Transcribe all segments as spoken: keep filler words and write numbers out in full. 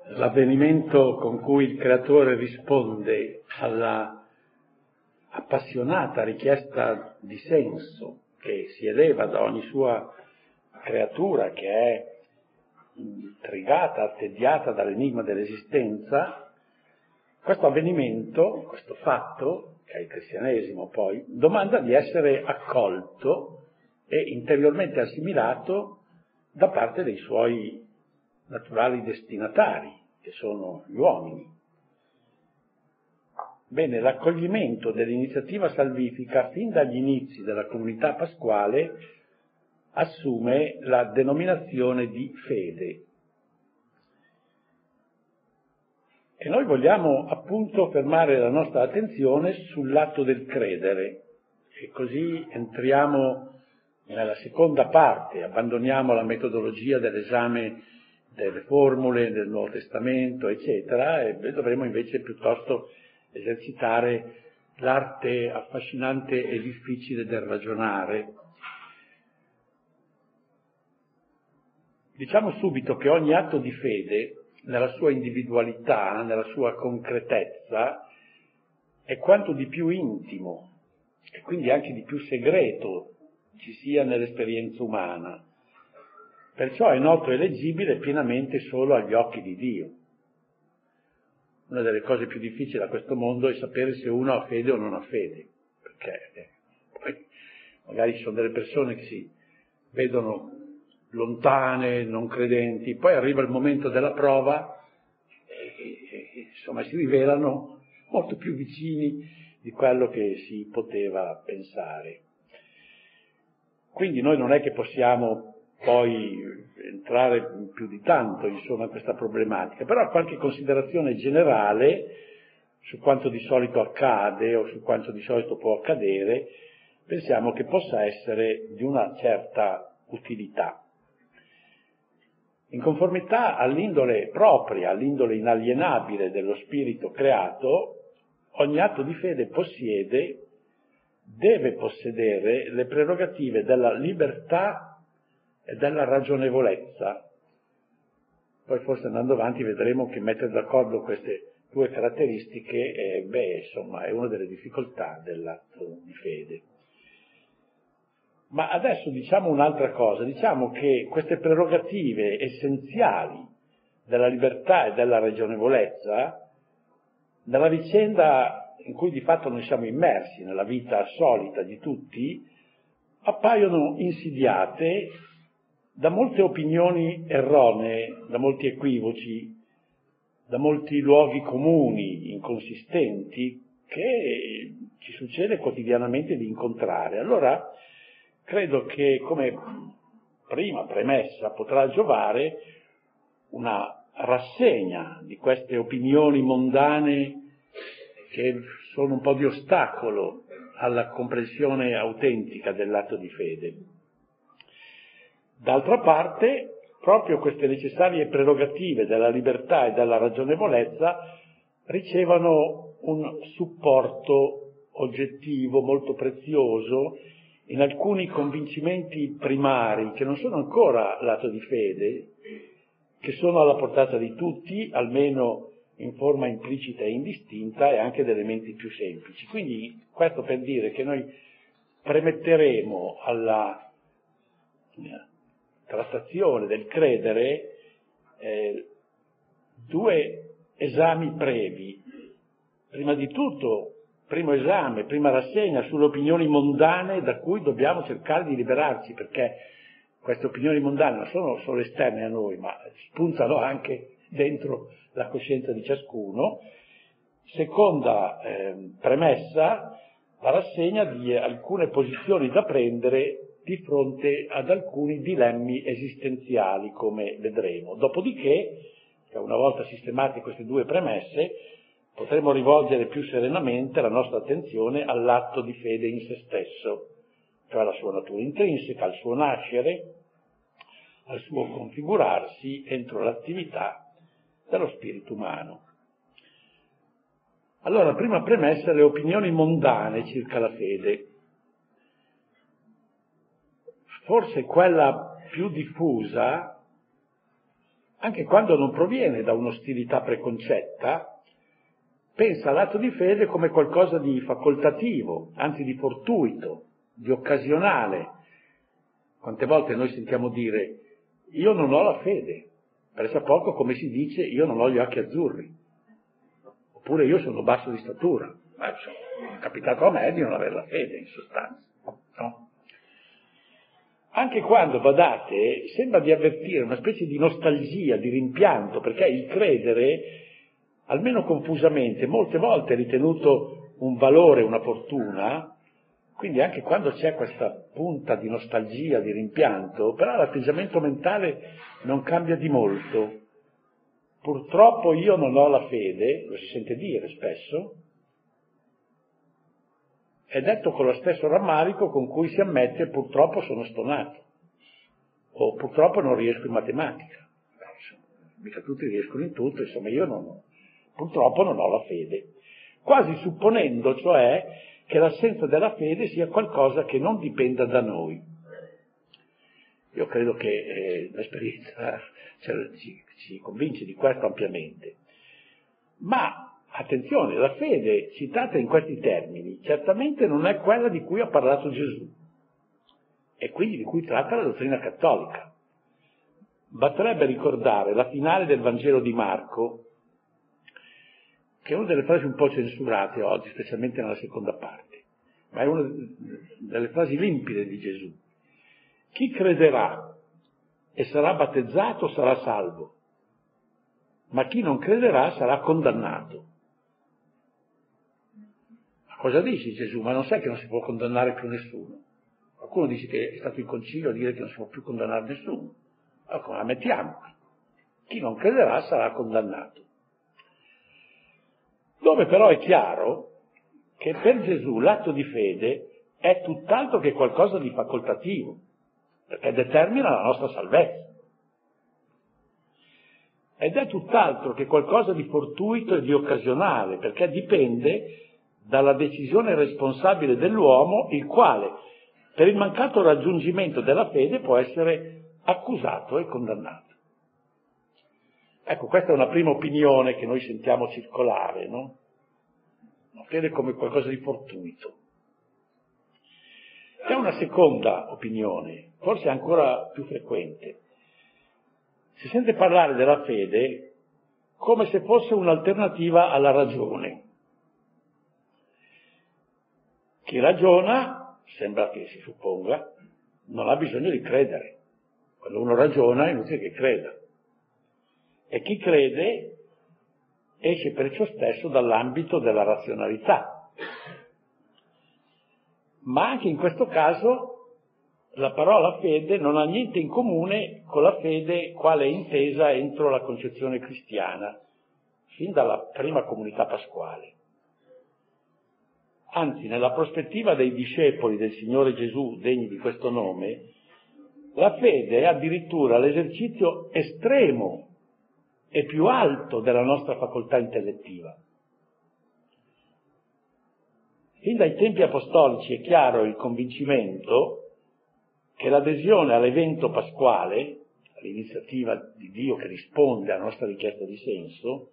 l'avvenimento con cui il creatore risponde alla appassionata richiesta di senso che si eleva da ogni sua creatura, che è intrigata, attediata dall'enigma dell'esistenza, questo avvenimento, questo fatto, che è il cristianesimo poi, domanda di essere accolto e interiormente assimilato da parte dei suoi naturali destinatari, che sono gli uomini. Bene, l'accoglimento dell'iniziativa salvifica fin dagli inizi della comunità pasquale assume la denominazione di fede. E noi vogliamo appunto fermare la nostra attenzione sull'atto del credere, e così entriamo nella seconda parte, abbandoniamo la metodologia dell'esame delle formule del Nuovo Testamento, eccetera, e dovremo invece piuttosto esercitare l'arte affascinante e difficile del ragionare. Diciamo subito che ogni atto di fede, nella sua individualità, nella sua concretezza, è quanto di più intimo e quindi anche di più segreto ci sia nell'esperienza umana. Perciò è noto e leggibile pienamente solo agli occhi di Dio. Una delle cose più difficili a questo mondo è sapere se uno ha fede o non ha fede, perché eh, poi magari ci sono delle persone che si vedono lontane, non credenti, poi arriva il momento della prova e, e insomma si rivelano molto più vicini di quello che si poteva pensare. Quindi noi non è che possiamo poi entrare più di tanto insomma in questa problematica, però qualche considerazione generale su quanto di solito accade o su quanto di solito può accadere pensiamo che possa essere di una certa utilità. In conformità all'indole propria, all'indole inalienabile dello spirito creato, ogni atto di fede possiede, deve possedere le prerogative della libertà e della ragionevolezza. Poi forse andando avanti vedremo che mettere d'accordo queste due caratteristiche è, beh, insomma, è una delle difficoltà dell'atto di fede. Ma adesso diciamo un'altra cosa, diciamo che queste prerogative essenziali della libertà e della ragionevolezza, nella vicenda in cui di fatto noi siamo immersi, nella vita solita di tutti, appaiono insidiate da molte opinioni erronee, da molti equivoci, da molti luoghi comuni, inconsistenti, che ci succede quotidianamente di incontrare. Allora, credo che come prima premessa potrà giovare una rassegna di queste opinioni mondane che sono un po' di ostacolo alla comprensione autentica dell'atto di fede. D'altra parte, proprio queste necessarie prerogative della libertà e della ragionevolezza ricevono un supporto oggettivo molto prezioso in alcuni convincimenti primari che non sono ancora l'atto di fede, che sono alla portata di tutti, almeno in forma implicita e indistinta, e anche di elementi più semplici. Quindi questo per dire che noi premetteremo alla trattazione del credere eh, due esami brevi. Prima di tutto, primo esame, prima rassegna sulle opinioni mondane da cui dobbiamo cercare di liberarci, perché queste opinioni mondane non sono solo esterne a noi, ma spuntano anche dentro la coscienza di ciascuno. Seconda eh, premessa, la rassegna di alcune posizioni da prendere di fronte ad alcuni dilemmi esistenziali, come vedremo. Dopodiché, una volta sistemate queste due premesse, potremo rivolgere più serenamente la nostra attenzione all'atto di fede in se stesso, cioè alla sua natura intrinseca, al suo nascere, al suo configurarsi entro l'attività dello spirito umano. Allora, prima premessa, le opinioni mondane circa la fede. Forse quella più diffusa anche quando non proviene da un'ostilità preconcetta, pensa all'atto di fede come qualcosa di facoltativo, anzi di fortuito, di occasionale. Quante volte noi sentiamo dire io non ho la fede, pressa poco come si dice io non ho gli occhi azzurri, oppure io sono basso di statura. Ma è capitato a me di non avere la fede, in sostanza, no? Anche quando, badate, sembra di avvertire una specie di nostalgia, di rimpianto, perché il credere, almeno confusamente, molte volte è ritenuto un valore, una fortuna, quindi anche quando c'è questa punta di nostalgia, di rimpianto, però l'atteggiamento mentale non cambia di molto. Purtroppo io non ho la fede, lo si sente dire spesso, è detto con lo stesso rammarico con cui si ammette purtroppo sono stonato, o purtroppo non riesco in matematica. Beh, insomma, mica tutti riescono in tutto, insomma io non ho, purtroppo non ho la fede. Quasi supponendo, cioè, che l'assenza della fede sia qualcosa che non dipenda da noi. Io credo che eh, l'esperienza cioè, ci, ci convince di questo ampiamente. Ma attenzione, la fede citata in questi termini certamente non è quella di cui ha parlato Gesù e quindi di cui tratta la dottrina cattolica. Basterebbe ricordare la finale del Vangelo di Marco, che è una delle frasi un po' censurate oggi, specialmente nella seconda parte, ma è una delle frasi limpide di Gesù. Chi crederà e sarà battezzato sarà salvo, ma chi non crederà sarà condannato. Cosa dice Gesù? Ma non sai che non si può condannare più nessuno? Qualcuno dice che è stato in concilio a dire che non si può più condannare nessuno. Allora come la mettiamo? Chi non crederà sarà condannato. Dove però è chiaro che per Gesù l'atto di fede è tutt'altro che qualcosa di facoltativo, perché determina la nostra salvezza. Ed è tutt'altro che qualcosa di fortuito e di occasionale, perché dipende dalla decisione responsabile dell'uomo, il quale, per il mancato raggiungimento della fede, può essere accusato e condannato. Ecco, questa è una prima opinione che noi sentiamo circolare, no? La fede come qualcosa di fortuito. C'è una seconda opinione, forse ancora più frequente. Si sente parlare della fede come se fosse un'alternativa alla ragione. Chi ragiona, sembra che si supponga, non ha bisogno di credere. Quando uno ragiona è inutile che creda. E chi crede esce perciò stesso dall'ambito della razionalità. Ma anche in questo caso la parola fede non ha niente in comune con la fede quale è intesa entro la concezione cristiana, fin dalla prima comunità pasquale. Anzi, nella prospettiva dei discepoli del Signore Gesù degni di questo nome, la fede è addirittura l'esercizio estremo e più alto della nostra facoltà intellettiva. Fin dai tempi apostolici è chiaro il convincimento che l'adesione all'evento pasquale, all'iniziativa di Dio che risponde alla nostra richiesta di senso,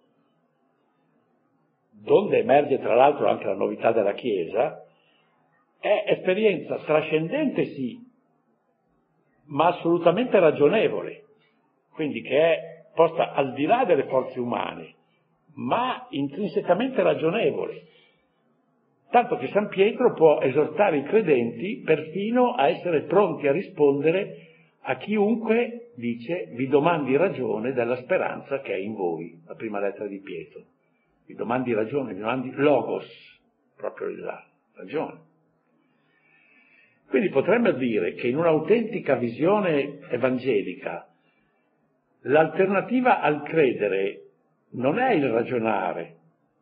donde emerge tra l'altro anche la novità della Chiesa, è esperienza trascendente sì, ma assolutamente ragionevole, quindi che è posta al di là delle forze umane, ma intrinsecamente ragionevole, tanto che San Pietro può esortare i credenti perfino a essere pronti a rispondere a chiunque dice vi domandi ragione della speranza che è in voi, la prima lettera di Pietro. Vi domandi ragione, vi domandi logos, proprio la ragione. Quindi potremmo dire che in un'autentica visione evangelica l'alternativa al credere non è il ragionare,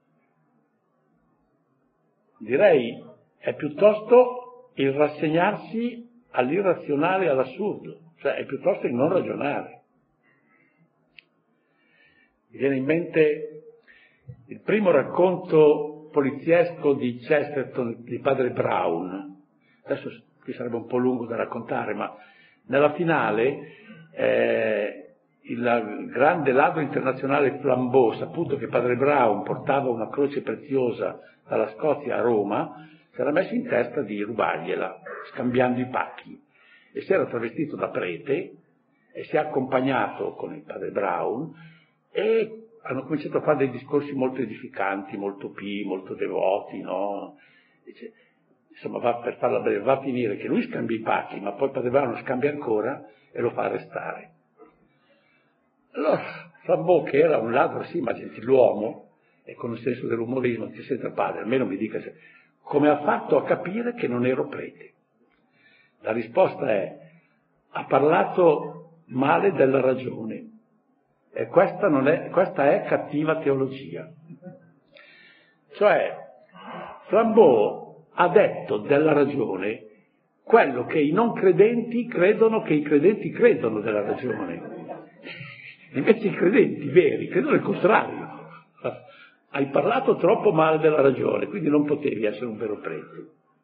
direi è piuttosto il rassegnarsi all'irrazionale e all'assurdo, cioè è piuttosto il non ragionare. Mi viene in mente il primo racconto poliziesco di Chesterton di padre Brown. Adesso qui sarebbe un po' lungo da raccontare, ma nella finale eh, il grande ladro internazionale Flambeau, saputo che padre Brown portava una croce preziosa dalla Scozia a Roma, si era messo in testa di rubargliela, scambiando i pacchi, e si era travestito da prete e si è accompagnato con il padre Brown e hanno cominciato a fare dei discorsi molto edificanti, molto pii, molto devoti, no? Dice, insomma, va, per farla breve, va a finire che lui scambia i pacchi, ma poi padre Brown scambia ancora e lo fa arrestare. Allora, Flambeau, che era un ladro, sì, ma gentiluomo, e con il senso dell'umorismo, dice, senta padre, almeno mi dica se, come ha fatto a capire che non ero prete? La risposta è, ha parlato male della ragione, e questa, non è, questa è cattiva teologia. Cioè, Flambeau ha detto della ragione quello che i non credenti credono che i credenti credono della ragione. Invece i credenti veri credono il contrario. Hai parlato troppo male della ragione, quindi non potevi essere un vero prete.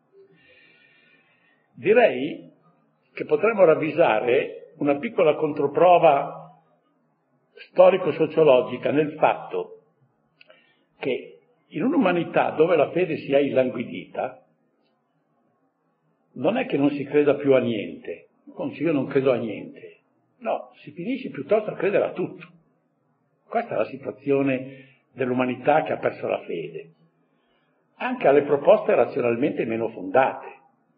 Direi che potremmo ravvisare una piccola controprova storico-sociologica nel fatto che in un'umanità dove la fede si è illanguidita, non è che non si creda più a niente, io non credo a niente. No, si finisce piuttosto a credere a tutto. Questa è la situazione dell'umanità che ha perso la fede, anche alle proposte razionalmente meno fondate.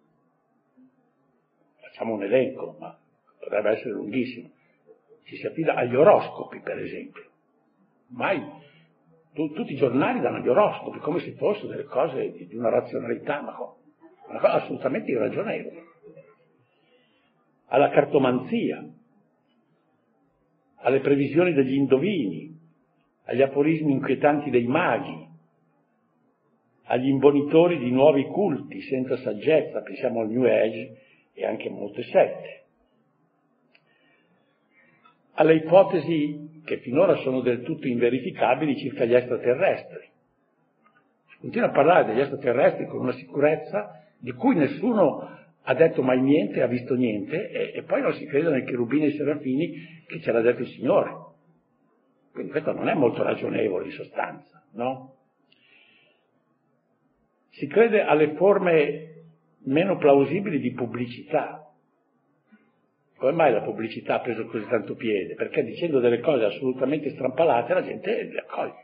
Facciamo un elenco, ma potrebbe essere lunghissimo. Ci si affida agli oroscopi, per esempio. Ormai tu, tutti i giornali danno gli oroscopi, come se fossero delle cose di, di una razionalità, ma una cosa assolutamente irragionevole. Alla cartomanzia, alle previsioni degli indovini, agli aforismi inquietanti dei maghi, agli imbonitori di nuovi culti senza saggezza, pensiamo al New Age e anche a molte sette, alle ipotesi che finora sono del tutto inverificabili circa gli extraterrestri. Si continua a parlare degli extraterrestri con una sicurezza di cui nessuno ha detto mai niente, ha visto niente, e, e poi non si crede nei cherubini e i serafini che ce l'ha detto il Signore. Quindi questo non è molto ragionevole in sostanza, no? Si crede alle forme meno plausibili di pubblicità. Come mai la pubblicità ha preso così tanto piede? Perché dicendo delle cose assolutamente strampalate la gente le accoglie.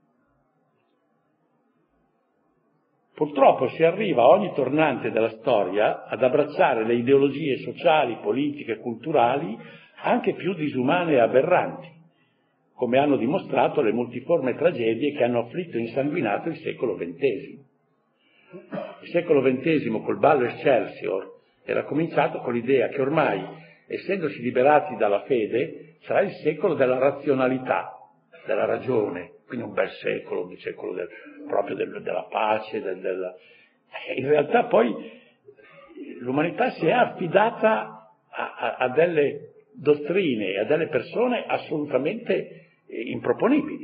Purtroppo si arriva a ogni tornante della storia ad abbracciare le ideologie sociali, politiche, culturali anche più disumane e aberranti, come hanno dimostrato le multiforme tragedie che hanno afflitto e insanguinato il secolo ventesimo. Il secolo ventesimo col ballo Excelsior era cominciato con l'idea che ormai, essendosi liberati dalla fede, sarà il secolo della razionalità, della ragione, quindi un bel secolo, un secolo del, proprio del, della pace, del, del... in realtà poi l'umanità si è affidata a, a, a delle dottrine e a delle persone assolutamente improponibili.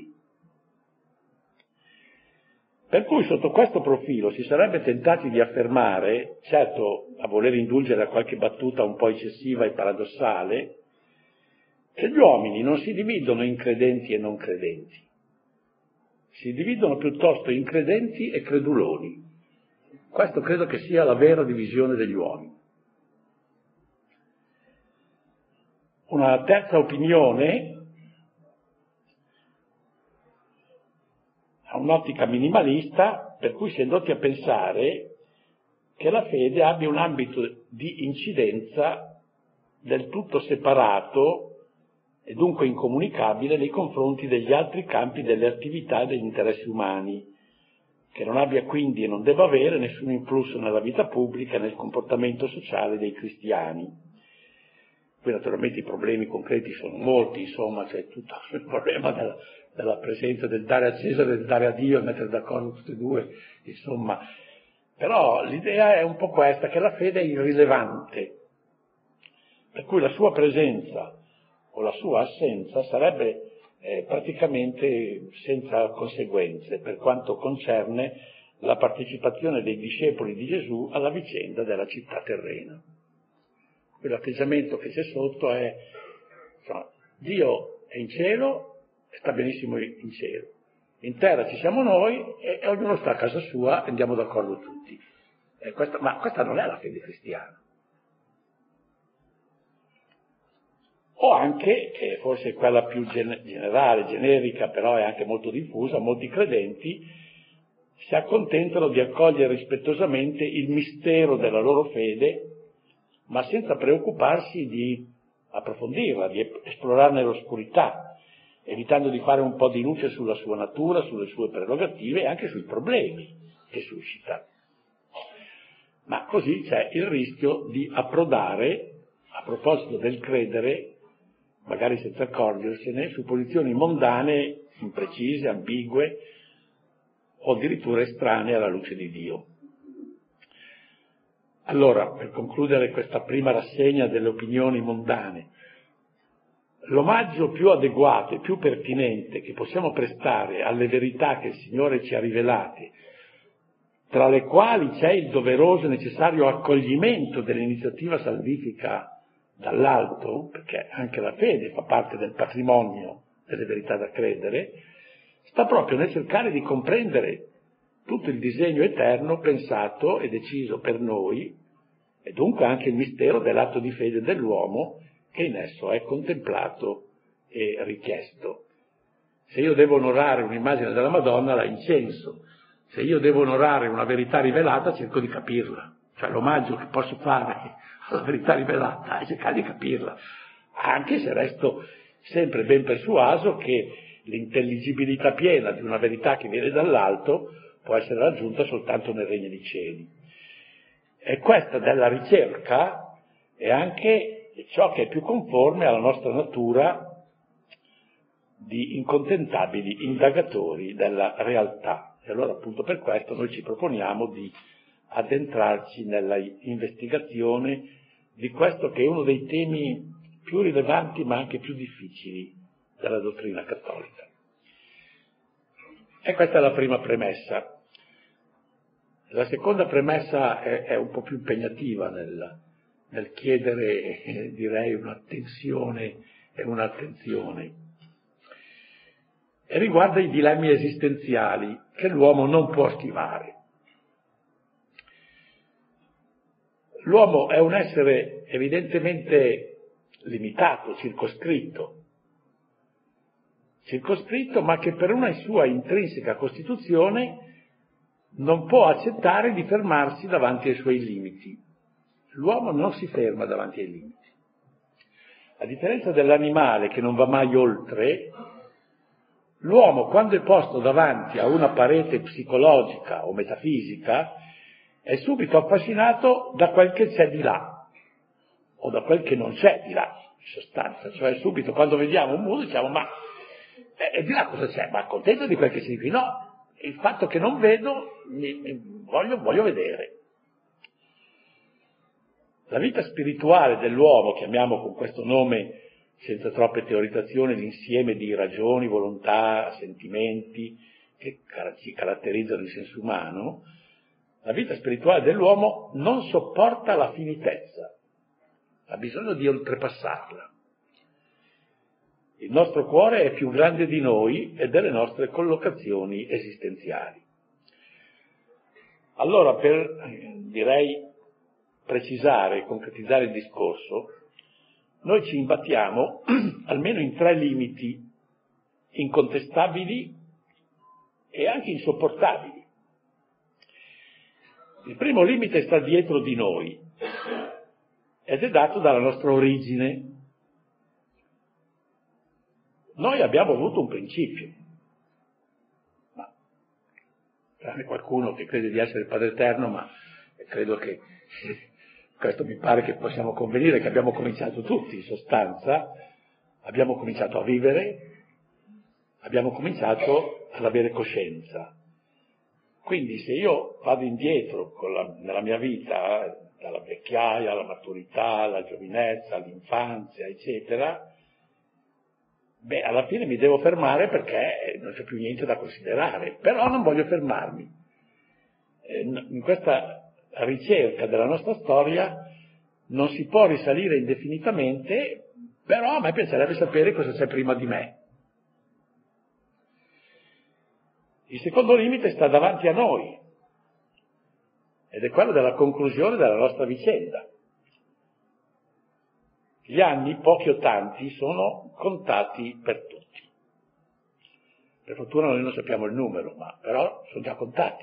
Per cui sotto questo profilo si sarebbe tentati di affermare, certo a voler indulgere a qualche battuta un po' eccessiva e paradossale, che gli uomini non si dividono in credenti e non credenti, si dividono piuttosto in credenti e creduloni. Questo credo che sia la vera divisione degli uomini. Una terza opinione ha un'ottica minimalista, per cui si è indotti a pensare che la fede abbia un ambito di incidenza del tutto separato e dunque incomunicabile nei confronti degli altri campi delle attività e degli interessi umani, che non abbia quindi e non debba avere nessun influsso nella vita pubblica e nel comportamento sociale dei cristiani. Qui naturalmente i problemi concreti sono molti, insomma, c'è tutto il problema della, della presenza del dare a Cesare e del dare a Dio, e mettere d'accordo tutti e due, insomma. Però l'idea è un po' questa, che la fede è irrilevante, per cui la sua presenza o la sua assenza sarebbe eh, praticamente senza conseguenze per quanto concerne la partecipazione dei discepoli di Gesù alla vicenda della città terrena. Quell'atteggiamento che c'è sotto è, insomma, Dio è in cielo e sta benissimo in cielo. In terra ci siamo noi e, e ognuno sta a casa sua e andiamo d'accordo tutti. E questa, ma questa non è la fede cristiana. O anche, che forse è quella più gen- generale, generica, però è anche molto diffusa, molti credenti si accontentano di accogliere rispettosamente il mistero della loro fede, ma senza preoccuparsi di approfondirla, di esplorarne l'oscurità, evitando di fare un po' di luce sulla sua natura, sulle sue prerogative e anche sui problemi che suscita. Ma così c'è il rischio di approdare, a proposito del credere, magari senza accorgersene, su posizioni mondane, imprecise, ambigue o addirittura estranee alla luce di Dio. Allora, per concludere questa prima rassegna delle opinioni mondane, l'omaggio più adeguato e più pertinente che possiamo prestare alle verità che il Signore ci ha rivelate, tra le quali c'è il doveroso e necessario accoglimento dell'iniziativa salvifica dall'alto, perché anche la fede fa parte del patrimonio delle verità da credere, sta proprio nel cercare di comprendere tutto il disegno eterno pensato e deciso per noi, e dunque anche il mistero dell'atto di fede dell'uomo che in esso è contemplato e richiesto. Se io devo onorare un'immagine della Madonna, la incenso. Se io devo onorare una verità rivelata, cerco di capirla. Cioè l'omaggio che posso fare alla verità rivelata è cercare di capirla, anche se resto sempre ben persuaso che l'intelligibilità piena di una verità che viene dall'alto può essere raggiunta soltanto nel regno dei cieli. E questa della ricerca è anche ciò che è più conforme alla nostra natura di incontentabili indagatori della realtà. E allora appunto per questo noi ci proponiamo di addentrarci nella investigazione di questo che è uno dei temi più rilevanti ma anche più difficili della dottrina cattolica. E questa è la prima premessa. La seconda premessa è, è un po' più impegnativa nel, nel chiedere, eh, direi, un'attenzione e un'attenzione. E riguarda i dilemmi esistenziali che l'uomo non può schivare. L'uomo è un essere evidentemente limitato, circoscritto, circoscritto ma che per una sua intrinseca costituzione non può accettare di fermarsi davanti ai suoi limiti. L'uomo non si ferma davanti ai limiti. A differenza dell'animale che non va mai oltre, l'uomo quando è posto davanti a una parete psicologica o metafisica è subito affascinato da quel che c'è di là, o da quel che non c'è di là, in sostanza. Cioè subito quando vediamo un muro diciamo ma eh, di là cosa c'è? Ma contento di quel che c'è di qui? No, il fatto che non vedo, mi, mi, voglio, voglio vedere. La vita spirituale dell'uomo, chiamiamo con questo nome senza troppe teorizzazioni l'insieme di ragioni, volontà, sentimenti che ci caratterizzano il senso umano, la vita spirituale dell'uomo non sopporta la finitezza, ha bisogno di oltrepassarla. Il nostro cuore è più grande di noi e delle nostre collocazioni esistenziali. Allora, per, direi, precisare e concretizzare il discorso, noi ci imbattiamo almeno in tre limiti incontestabili e anche insopportabili. Il primo limite sta dietro di noi ed è dato dalla nostra origine. Noi abbiamo avuto un principio, ma tranne qualcuno che crede di essere il Padre Eterno, ma credo che questo mi pare che possiamo convenire che abbiamo cominciato tutti, in sostanza, abbiamo cominciato a vivere, abbiamo cominciato ad avere coscienza. Quindi se io vado indietro con la, nella mia vita, dalla vecchiaia alla maturità, alla giovinezza, all'infanzia, eccetera, beh, alla fine mi devo fermare perché non c'è più niente da considerare, però non voglio fermarmi. In questa ricerca della nostra storia non si può risalire indefinitamente Però a me piacerebbe sapere cosa c'è prima di me. Il secondo limite sta davanti a noi, ed è quello della conclusione della nostra vicenda. Gli anni, pochi o tanti, sono contati per tutti. Per fortuna noi non sappiamo il numero, ma però sono già contati.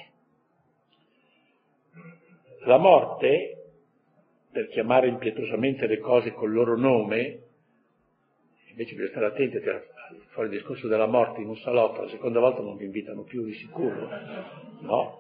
La morte, per chiamare impietosamente le cose col loro nome, invece bisogna stare attenti a tirare fuori il discorso della morte in un salotto, la seconda volta non vi invitano più di sicuro, no?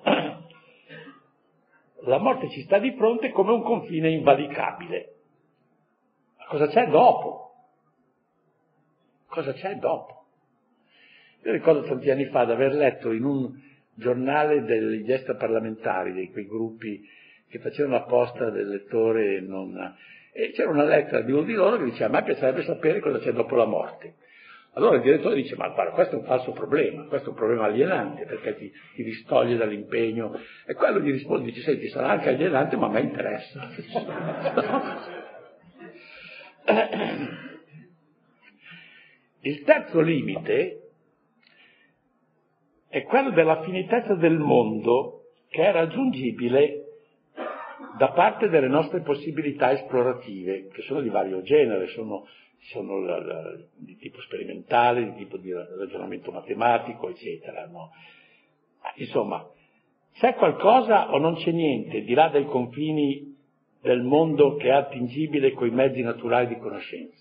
La morte ci sta di fronte come un confine invalicabile. Ma cosa c'è dopo? Cosa c'è dopo? Io ricordo tanti anni fa di aver letto in un giornale degli extraparlamentari, di quei gruppi che facevano apposta del lettore, non... e c'era una lettera di uno di loro che diceva: a me piacerebbe sapere cosa c'è dopo la morte. Allora il direttore dice: ma guarda, questo è un falso problema, questo è un problema alienante, perché ti, ti distoglie dall'impegno. E quello gli risponde, dice: senti, sarà anche alienante, ma a me interessa. Il terzo limite è quello della finitezza del mondo, che è raggiungibile da parte delle nostre possibilità esplorative, che sono di vario genere, sono, sono la, la, di tipo sperimentale, di tipo di ragionamento matematico, eccetera. No? Insomma, c'è qualcosa o non c'è niente di là dai confini del mondo che è attingibile coi mezzi naturali di conoscenza?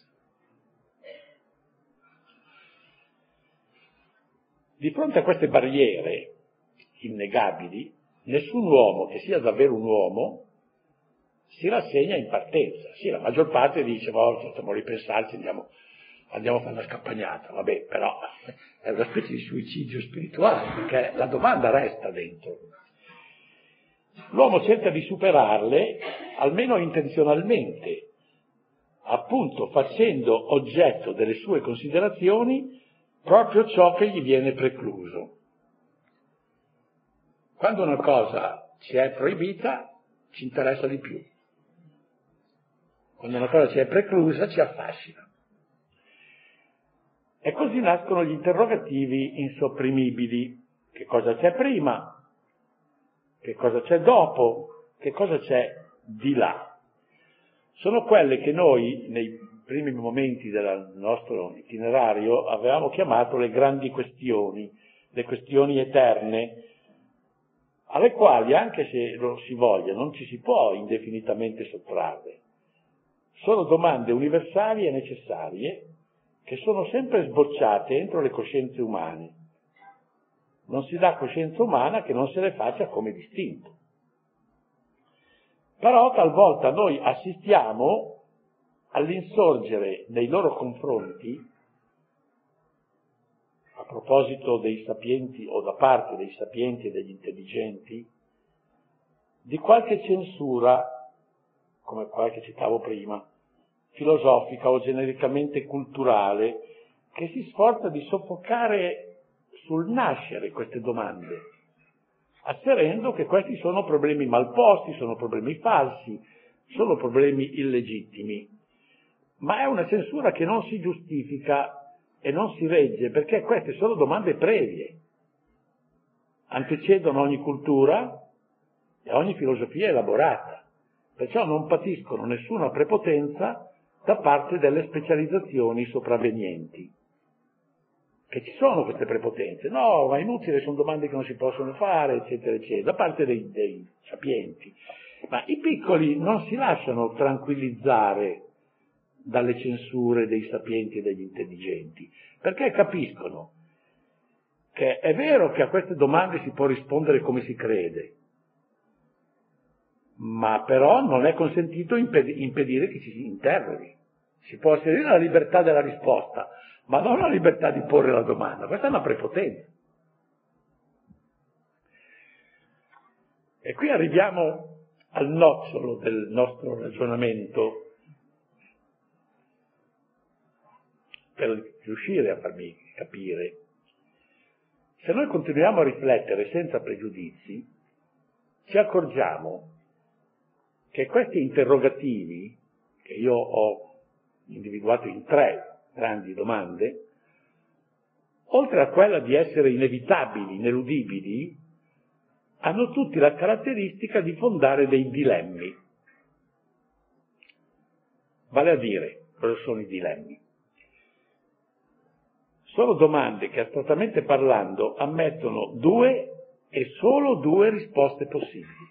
Di fronte a queste barriere innegabili, nessun uomo, che sia davvero un uomo, si rassegna in partenza. Sì, la maggior parte dice: oh, facciamo ripensarci, andiamo, andiamo a fare una scampagnata. Vabbè, però è una specie di suicidio spirituale, perché la domanda resta dentro. L'uomo cerca di superarle, almeno intenzionalmente, appunto facendo oggetto delle sue considerazioni proprio ciò che gli viene precluso. Quando una cosa ci è proibita, ci interessa di più. Quando una cosa ci è preclusa, ci affascina. E così nascono gli interrogativi insopprimibili. Che cosa c'è prima? Che cosa c'è dopo? Che cosa c'è di là? Sono quelle che noi, nei primi momenti del nostro itinerario, avevamo chiamato le grandi questioni, le questioni eterne, alle quali, anche se lo si voglia, non ci si può indefinitamente sottrarre. Sono domande universali e necessarie che sono sempre sbocciate entro le coscienze umane. Non si dà coscienza umana che non se le faccia come distinto. Però talvolta noi assistiamo all'insorgere nei loro confronti, a proposito dei sapienti o da parte dei sapienti e degli intelligenti, di qualche censura, come quella che citavo prima, filosofica o genericamente culturale, che si sforza di soffocare sul nascere queste domande, asserendo che questi sono problemi malposti, sono problemi falsi, sono problemi illegittimi. Ma è una censura che non si giustifica e non si regge, perché queste sono domande previe, antecedono ogni cultura e ogni filosofia elaborata, perciò non patiscono nessuna prepotenza da parte delle specializzazioni sopravvenienti. Che ci sono queste prepotenze, no, ma è inutile, sono domande che non si possono fare, eccetera, eccetera, da parte dei, dei sapienti. Ma i piccoli non si lasciano tranquillizzare dalle censure dei sapienti e degli intelligenti, perché capiscono che è vero che a queste domande si può rispondere come si crede, ma però non è consentito imped- impedire che ci si interroghi. Si può asserire la libertà della risposta, ma non la libertà di porre la domanda. Questa è una prepotenza. E qui arriviamo al nocciolo del nostro ragionamento, per riuscire a farmi capire. Se noi continuiamo a riflettere senza pregiudizi, ci accorgiamo che questi interrogativi che io ho individuato in tre grandi domande, oltre a quella di essere inevitabili, ineludibili, hanno tutti la caratteristica di fondare dei dilemmi. Vale a dire, cosa sono i dilemmi? Sono domande che, astrattamente parlando, ammettono due e solo due risposte possibili.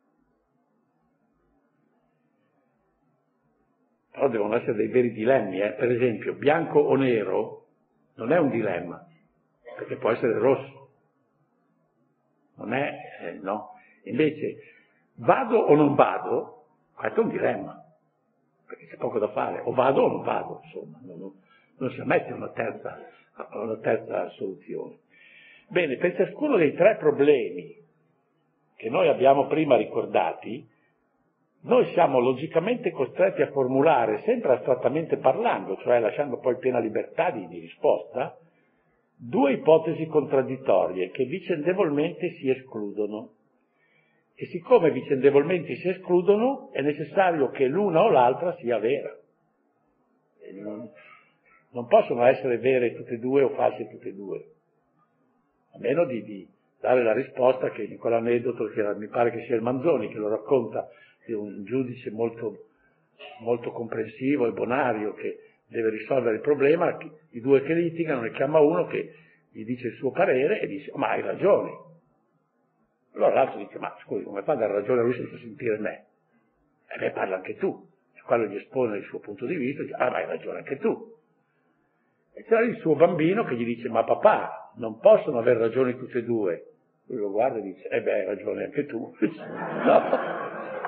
Però devono essere dei veri dilemmi, eh? Per esempio, bianco o nero non è un dilemma, perché può essere rosso. Non è, eh, no. Invece, vado o non vado, questo è un dilemma, perché c'è poco da fare, o vado o non vado, insomma, non, non, non si ammette una terza, una terza soluzione. Bene, per ciascuno dei tre problemi che noi abbiamo prima ricordati, noi siamo logicamente costretti a formulare, sempre astrattamente parlando, cioè lasciando poi piena libertà di, di risposta, due ipotesi contraddittorie che vicendevolmente si escludono. E siccome vicendevolmente si escludono, è necessario che l'una o l'altra sia vera. E non, non possono essere vere tutte e due o false tutte e due, a meno di, di dare la risposta che in quell'aneddoto, che mi pare che sia il Manzoni che lo racconta, di un giudice molto, molto comprensivo e bonario che deve risolvere il problema, i due che litigano, ne chiama uno che gli dice il suo parere e dice: oh, ma hai ragione. Allora l'altro dice: ma scusi, come fa a dare ragione a lui senza sentire me? E beh, parla anche tu. E quello gli espone il suo punto di vista e dice: ah, ma hai ragione anche tu. E c'è il suo bambino che gli dice: ma papà, non possono aver ragione tutte e due. Lui lo guarda e dice: eh beh, hai ragione anche tu. No.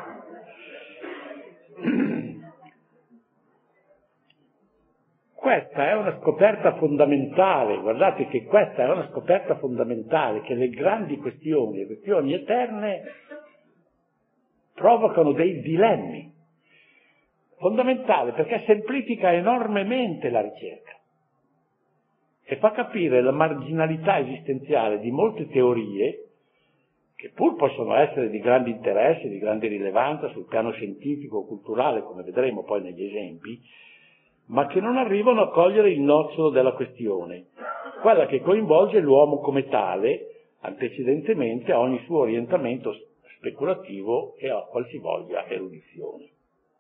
Questa è una scoperta fondamentale, guardate che questa è una scoperta fondamentale, che le grandi questioni, le questioni eterne, provocano dei dilemmi. Fondamentale perché semplifica enormemente la ricerca e fa capire la marginalità esistenziale di molte teorie che pur possono essere di grande interesse, di grande rilevanza sul piano scientifico, culturale, come vedremo poi negli esempi, ma che non arrivano a cogliere il nocciolo della questione, quella che coinvolge l'uomo come tale, antecedentemente a ogni suo orientamento speculativo e a qualsivoglia erudizione.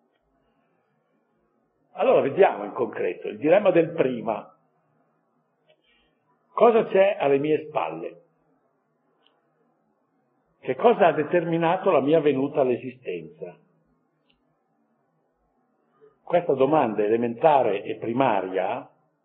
Allora vediamo in concreto il dilemma del prima. Cosa c'è alle mie spalle? Che cosa ha determinato la mia venuta all'esistenza? Questa domanda elementare e primaria,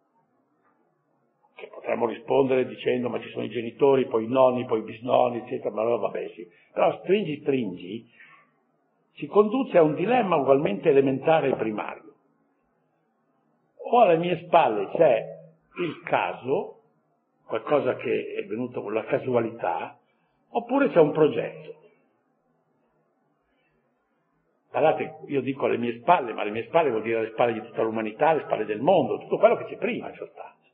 che potremmo rispondere dicendo ma ci sono i genitori, poi i nonni, poi i bisnonni, eccetera, ma allora vabbè sì. Però stringi stringi ci conduce a un dilemma ugualmente elementare e primario. O alle mie spalle c'è il caso, qualcosa che è venuto con la casualità, oppure c'è un progetto. Guardate, io dico alle mie spalle, ma alle mie spalle vuol dire alle spalle di tutta l'umanità, alle spalle del mondo, tutto quello che c'è prima in sostanza.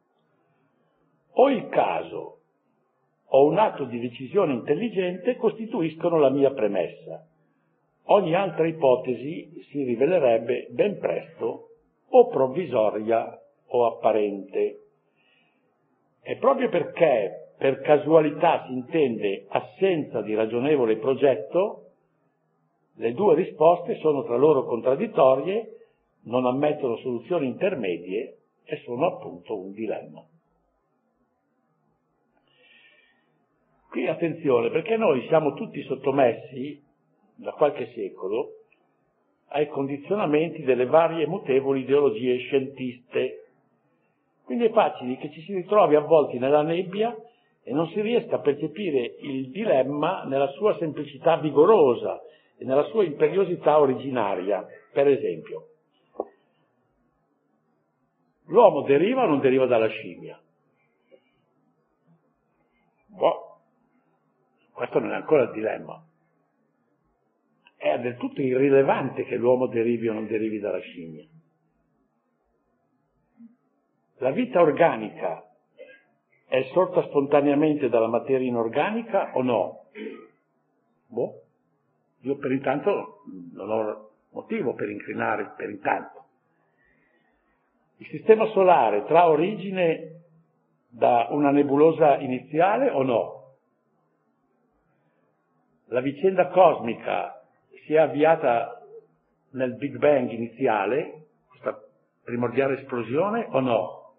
O il caso o un atto di decisione intelligente costituiscono la mia premessa. Ogni altra ipotesi si rivelerebbe ben presto o provvisoria o apparente. E proprio perché per casualità si intende assenza di ragionevole progetto, le due risposte sono tra loro contraddittorie, non ammettono soluzioni intermedie e sono appunto un dilemma. Qui attenzione, perché noi siamo tutti sottomessi da qualche secolo ai condizionamenti delle varie mutevoli ideologie scientiste. Quindi è facile che ci si ritrovi avvolti nella nebbia e non si riesca a percepire il dilemma nella sua semplicità vigorosa e nella sua imperiosità originaria. Per esempio, l'uomo deriva o non deriva dalla scimmia? Boh, questo non è ancora il dilemma. È del tutto irrilevante che l'uomo derivi o non derivi dalla scimmia. La vita organica è sorta spontaneamente dalla materia inorganica o no? Boh, io per intanto non ho motivo per incrinare per intanto. Il sistema solare trae origine da una nebulosa iniziale o no? La vicenda cosmica si è avviata nel Big Bang iniziale, questa primordiale esplosione, o no?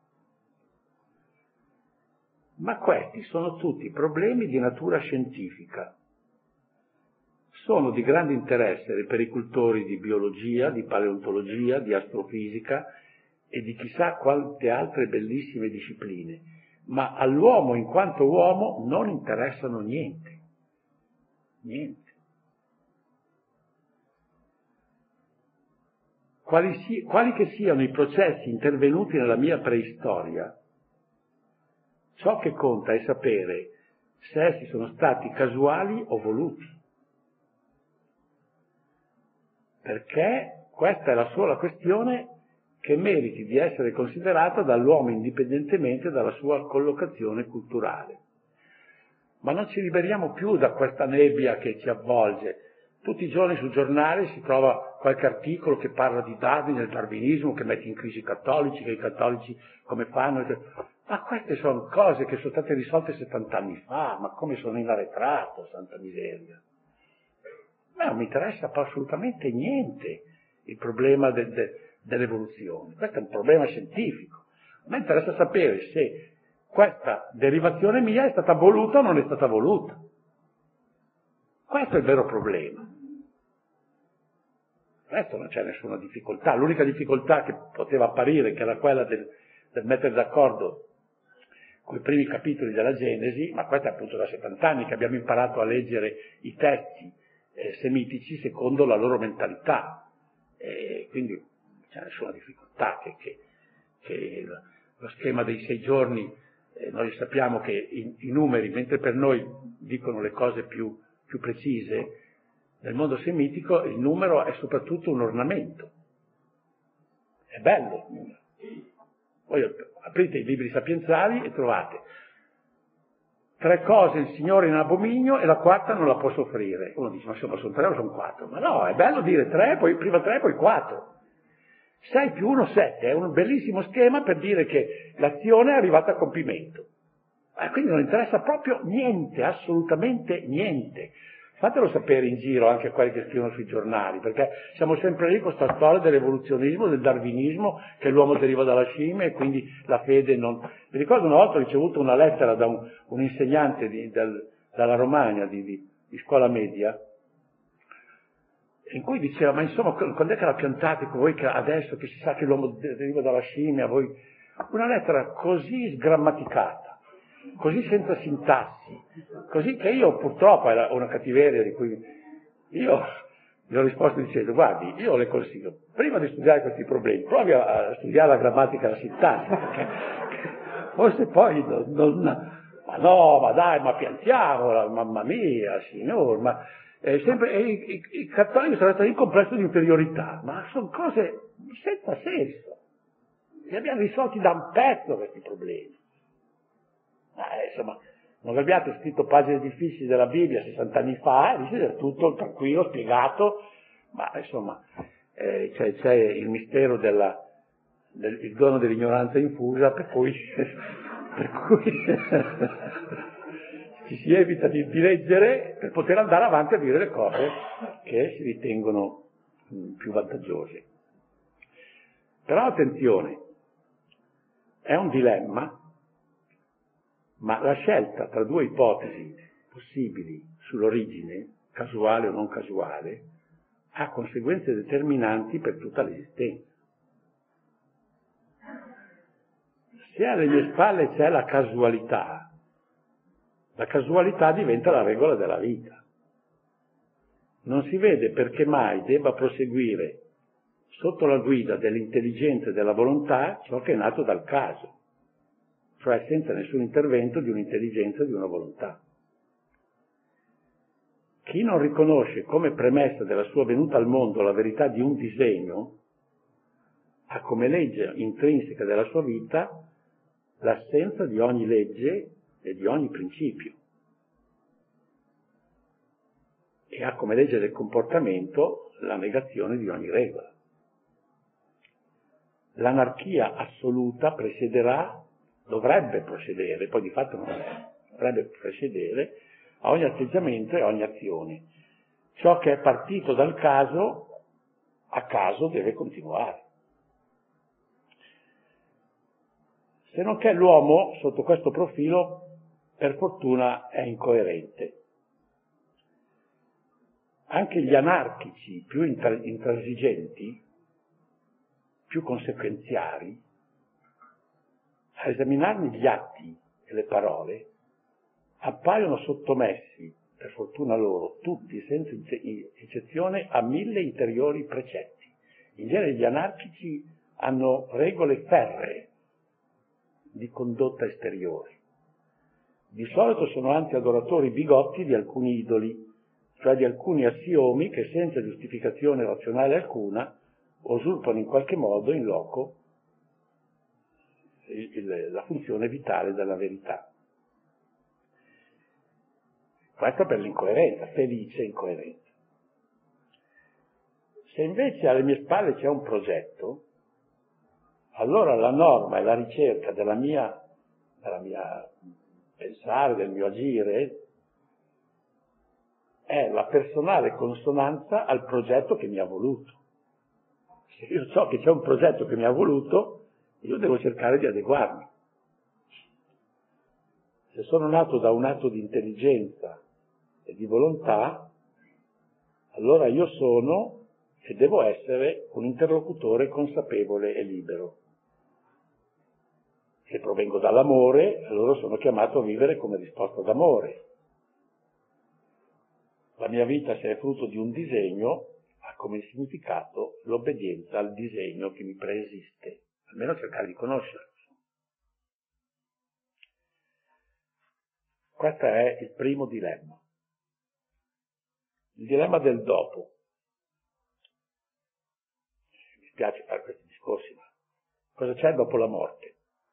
Ma questi sono tutti problemi di natura scientifica. Sono di grande interesse per i cultori di biologia, di paleontologia, di astrofisica e di chissà quante altre bellissime discipline, ma all'uomo in quanto uomo non interessano niente. Niente. Quali, si, quali che siano i processi intervenuti nella mia preistoria, ciò che conta è sapere se essi sono stati casuali o voluti. Perché questa è la sola questione che meriti di essere considerata dall'uomo indipendentemente dalla sua collocazione culturale. Ma non ci liberiamo più da questa nebbia che ci avvolge. Tutti i giorni sul giornale si trova qualche articolo che parla di Darwin, del darwinismo, che mette in crisi i cattolici, che i cattolici come fanno. Ma queste sono cose che sono state risolte settant'anni fa, ma come sono in arretrato, santa miseria. A me non mi interessa assolutamente niente il problema de, de, dell'evoluzione. Questo è un problema scientifico. A me interessa sapere se questa derivazione mia è stata voluta o non è stata voluta. Questo è il vero problema. Questo non c'è nessuna difficoltà. L'unica difficoltà che poteva apparire, che era quella del, del mettere d'accordo con i primi capitoli della Genesi, ma questo è appunto da settant'anni che abbiamo imparato a leggere i testi eh, semitici secondo la loro mentalità. E quindi non c'è nessuna difficoltà che, che, che lo schema dei sei giorni, eh, noi sappiamo che i, i numeri, mentre per noi dicono le cose più, più precise, nel mondo semitico il numero è soprattutto un ornamento. È bello il numero. Voi aprite i libri sapienzali e trovate tre cose il Signore in abominio e la quarta non la può soffrire. Uno dice, ma insomma sono tre o sono quattro? Ma no, è bello dire tre, poi prima tre, poi quattro. sei più uno, sette, è un bellissimo schema per dire che l'azione è arrivata a compimento. E quindi non interessa proprio niente, assolutamente niente. Fatelo sapere in giro anche a quelli che scrivono sui giornali, perché siamo sempre lì con questa storia dell'evoluzionismo, del darwinismo, che l'uomo deriva dalla scimmia e quindi la fede non... Mi ricordo una volta ho ricevuto una lettera da un, un insegnante di, del, dalla Romagna, di, di, di scuola media, in cui diceva, ma insomma, quando è che la piantate con voi che adesso che si sa che l'uomo deriva dalla scimmia, voi... Una lettera così sgrammaticata, così senza sintassi, così che io purtroppo era una cattiveria di cui io gli ho risposto dicendo, guardi, io le consiglio, prima di studiare questi problemi, provi a, a studiare la grammatica e la sintassi, perché forse poi non, non, ma no, ma dai, ma piantiamola, mamma mia, signor, ma eh, sempre, eh, i, i, i cattolici sono stati in complesso di inferiorità, ma sono cose senza senso, li abbiamo risolti da un pezzo questi problemi. Eh, insomma, non abbiate scritto pagine difficili della Bibbia sessanta anni fa, e dice tutto tranquillo, spiegato, ma insomma eh, c'è, c'è il mistero della, del il dono dell'ignoranza infusa, per cui, per cui ci si evita di, di leggere per poter andare avanti a dire le cose che si ritengono mh, più vantaggiose. Però attenzione, è un dilemma. Ma la scelta tra due ipotesi possibili sull'origine, casuale o non casuale, ha conseguenze determinanti per tutta l'esistenza. Se alle mie spalle c'è la casualità, la casualità diventa la regola della vita. Non si vede perché mai debba proseguire sotto la guida dell'intelligenza e della volontà ciò che è nato dal caso, cioè senza nessun intervento di un'intelligenza e di una volontà. Chi non riconosce come premessa della sua venuta al mondo la verità di un disegno, ha come legge intrinseca della sua vita l'assenza di ogni legge e di ogni principio. E ha come legge del comportamento la negazione di ogni regola. l'anarchia assoluta precederà, dovrebbe procedere, poi di fatto non è, dovrebbe precedere a ogni atteggiamento e a ogni azione. Ciò che è partito dal caso, a caso deve continuare. Se non che l'uomo, sotto questo profilo, per fortuna è incoerente. Anche gli anarchici più intransigenti, più conseguenziali, a esaminarne gli atti e le parole, appaiono sottomessi, per fortuna loro, tutti, senza eccezione, a mille interiori precetti. In genere gli anarchici hanno regole ferree di condotta esteriore. Di solito sono anzi adoratori bigotti di alcuni idoli, cioè di alcuni assiomi che senza giustificazione razionale alcuna usurpano in qualche modo in loco il, il, la funzione vitale della verità. Questo per l'incoerenza, felice incoerenza. Se invece alle mie spalle c'è un progetto, allora la norma e la ricerca della mia, della mia pensare, del mio agire, è la personale consonanza al progetto che mi ha voluto. Se io so che c'è un progetto che mi ha voluto, io devo cercare di adeguarmi. Se sono nato da un atto di intelligenza e di volontà, allora io sono e devo essere un interlocutore consapevole e libero. Se provengo dall'amore, allora sono chiamato a vivere come risposta d'amore. La mia vita, se è frutto di un disegno, ha come significato l'obbedienza al disegno che mi preesiste, almeno cercare di conoscerlo. Questo è il primo dilemma. Il dilemma del dopo. Mi spiace fare questi discorsi, ma cosa c'è dopo la morte?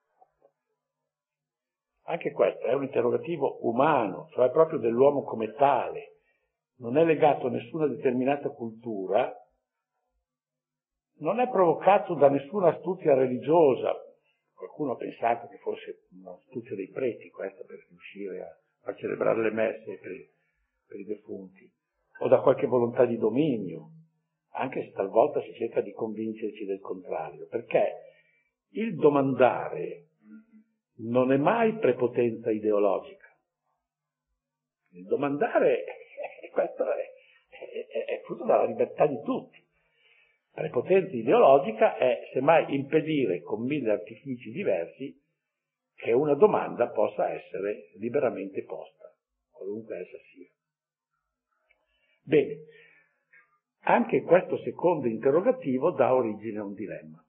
Anche questo è un interrogativo umano, cioè proprio dell'uomo come tale. Non è legato a nessuna determinata cultura, non è provocato da nessuna astuzia religiosa. Qualcuno ha pensato che fosse un'astuzia dei preti, questa, per riuscire a, a celebrare le messe per, per i defunti, o da qualche volontà di dominio, anche se talvolta si cerca di convincerci del contrario, perché il domandare non è mai prepotenza ideologica. Il domandare, questo è, è, è frutto della libertà di tutti. Prepotenza ideologica è semmai impedire con mille artifici diversi che una domanda possa essere liberamente posta, qualunque essa sia. Bene, anche questo secondo interrogativo dà origine a un dilemma.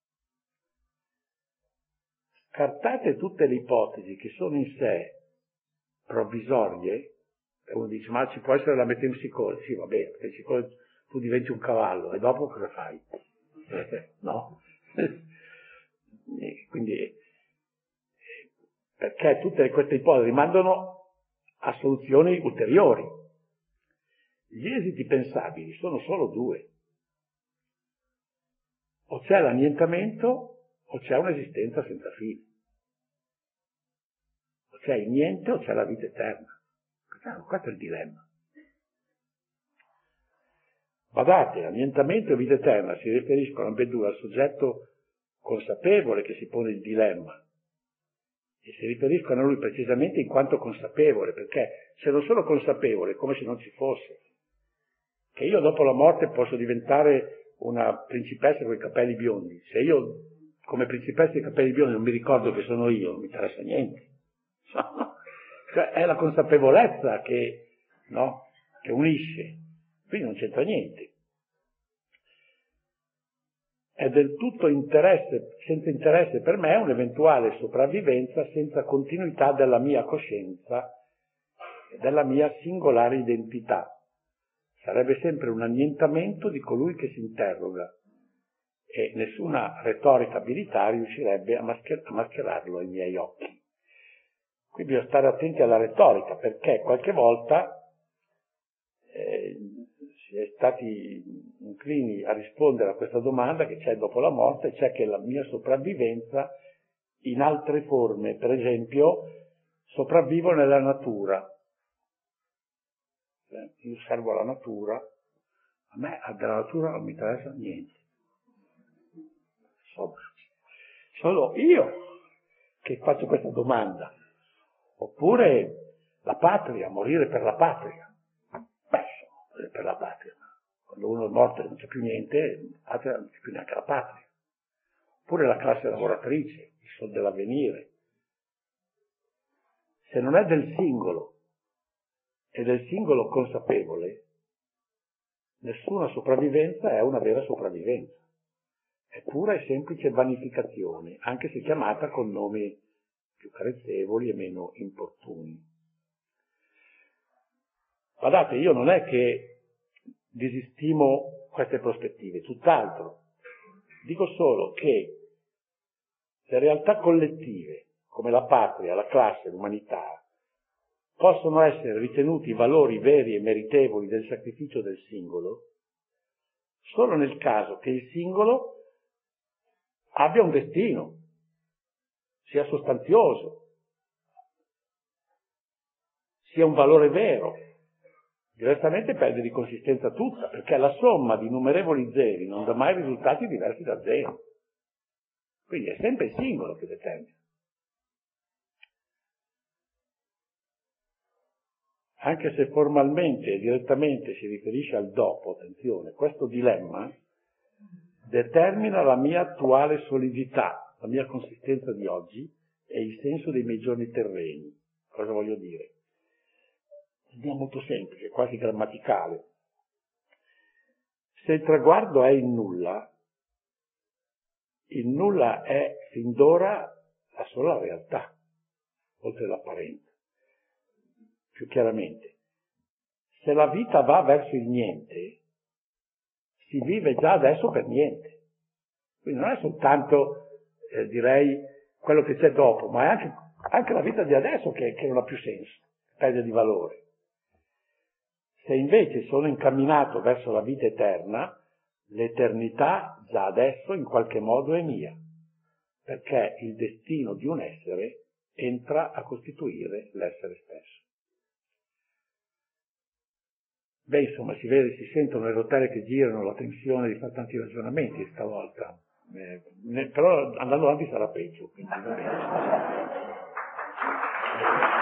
Scartate tutte le ipotesi che sono in sé provvisorie, e uno dice, ma ci può essere la metempsicosi? Sì, va bene, la metempsicosi tu diventi un cavallo, e dopo cosa fai? No? Quindi, perché tutte queste ipotesi rimandano a soluzioni ulteriori. Gli esiti pensabili sono solo due. O c'è l'annientamento o c'è un'esistenza senza fine. O c'è il niente o c'è la vita eterna. Questo è il dilemma. Badate, annientamento e vita eterna si riferiscono ambedue al soggetto consapevole che si pone il dilemma. E si riferiscono a lui precisamente in quanto consapevole, perché se non sono consapevole è come se non ci fosse. Che io dopo la morte posso diventare una principessa con i capelli biondi. Se io come principessa con i capelli biondi non mi ricordo che sono io, non mi interessa niente. Cioè, è la consapevolezza che, no, che unisce, quindi non c'entra niente. È del tutto interesse, senza interesse per me un'eventuale sopravvivenza senza continuità della mia coscienza e della mia singolare identità. Sarebbe sempre un annientamento di colui che si interroga e nessuna retorica abilità riuscirebbe a, mascher- a mascherarlo ai miei occhi. Qui bisogna stare attenti alla retorica, perché qualche volta eh, si stati inclini a rispondere a questa domanda che c'è dopo la morte, c'è che la mia sopravvivenza in altre forme, per esempio, sopravvivo nella natura. Io osservo la natura, a me della natura non mi interessa niente. Sono, sono io che faccio questa domanda. Oppure la patria, morire per la patria. Beh, morire per la patria. Quando uno è morto e non c'è più niente, la patria non c'è più neanche la patria. Oppure la classe lavoratrice, il sol dell'avvenire. Se non è del singolo e del singolo consapevole, nessuna sopravvivenza è una vera sopravvivenza. È pura e semplice vanificazione, anche se chiamata con nomi più carezzevoli e meno importuni. Guardate, io non è che disistimo queste prospettive, tutt'altro. Dico solo che le realtà collettive, come la patria, la classe, l'umanità, possono essere ritenuti valori veri e meritevoli del sacrificio del singolo solo nel caso che il singolo abbia un destino, sia sostanzioso, sia un valore vero. Diversamente perde di consistenza tutta, perché la somma di innumerevoli zeri non dà mai risultati diversi da zero. Quindi è sempre il singolo che determina. Anche se formalmente e direttamente si riferisce al dopo, attenzione, questo dilemma determina la mia attuale solidità, la mia consistenza di oggi e il senso dei miei giorni terreni. Cosa voglio dire? È molto semplice, quasi grammaticale. Se il traguardo è il nulla, il nulla è fin d'ora la sola realtà, oltre l'apparenza. Più chiaramente, se la vita va verso il niente, si vive già adesso per niente. Quindi non è soltanto, eh, direi, quello che c'è dopo, ma è anche, anche la vita di adesso che, che non ha più senso, perde di valore. Se invece sono incamminato verso la vita eterna, l'eternità già adesso in qualche modo è mia, perché il destino di un essere entra a costituire l'essere stesso. Beh, insomma, si vede, si sentono le rotelle che girano, la tensione di fare tanti ragionamenti stavolta, eh, ne, però andando avanti sarà peggio. Quindi va bene.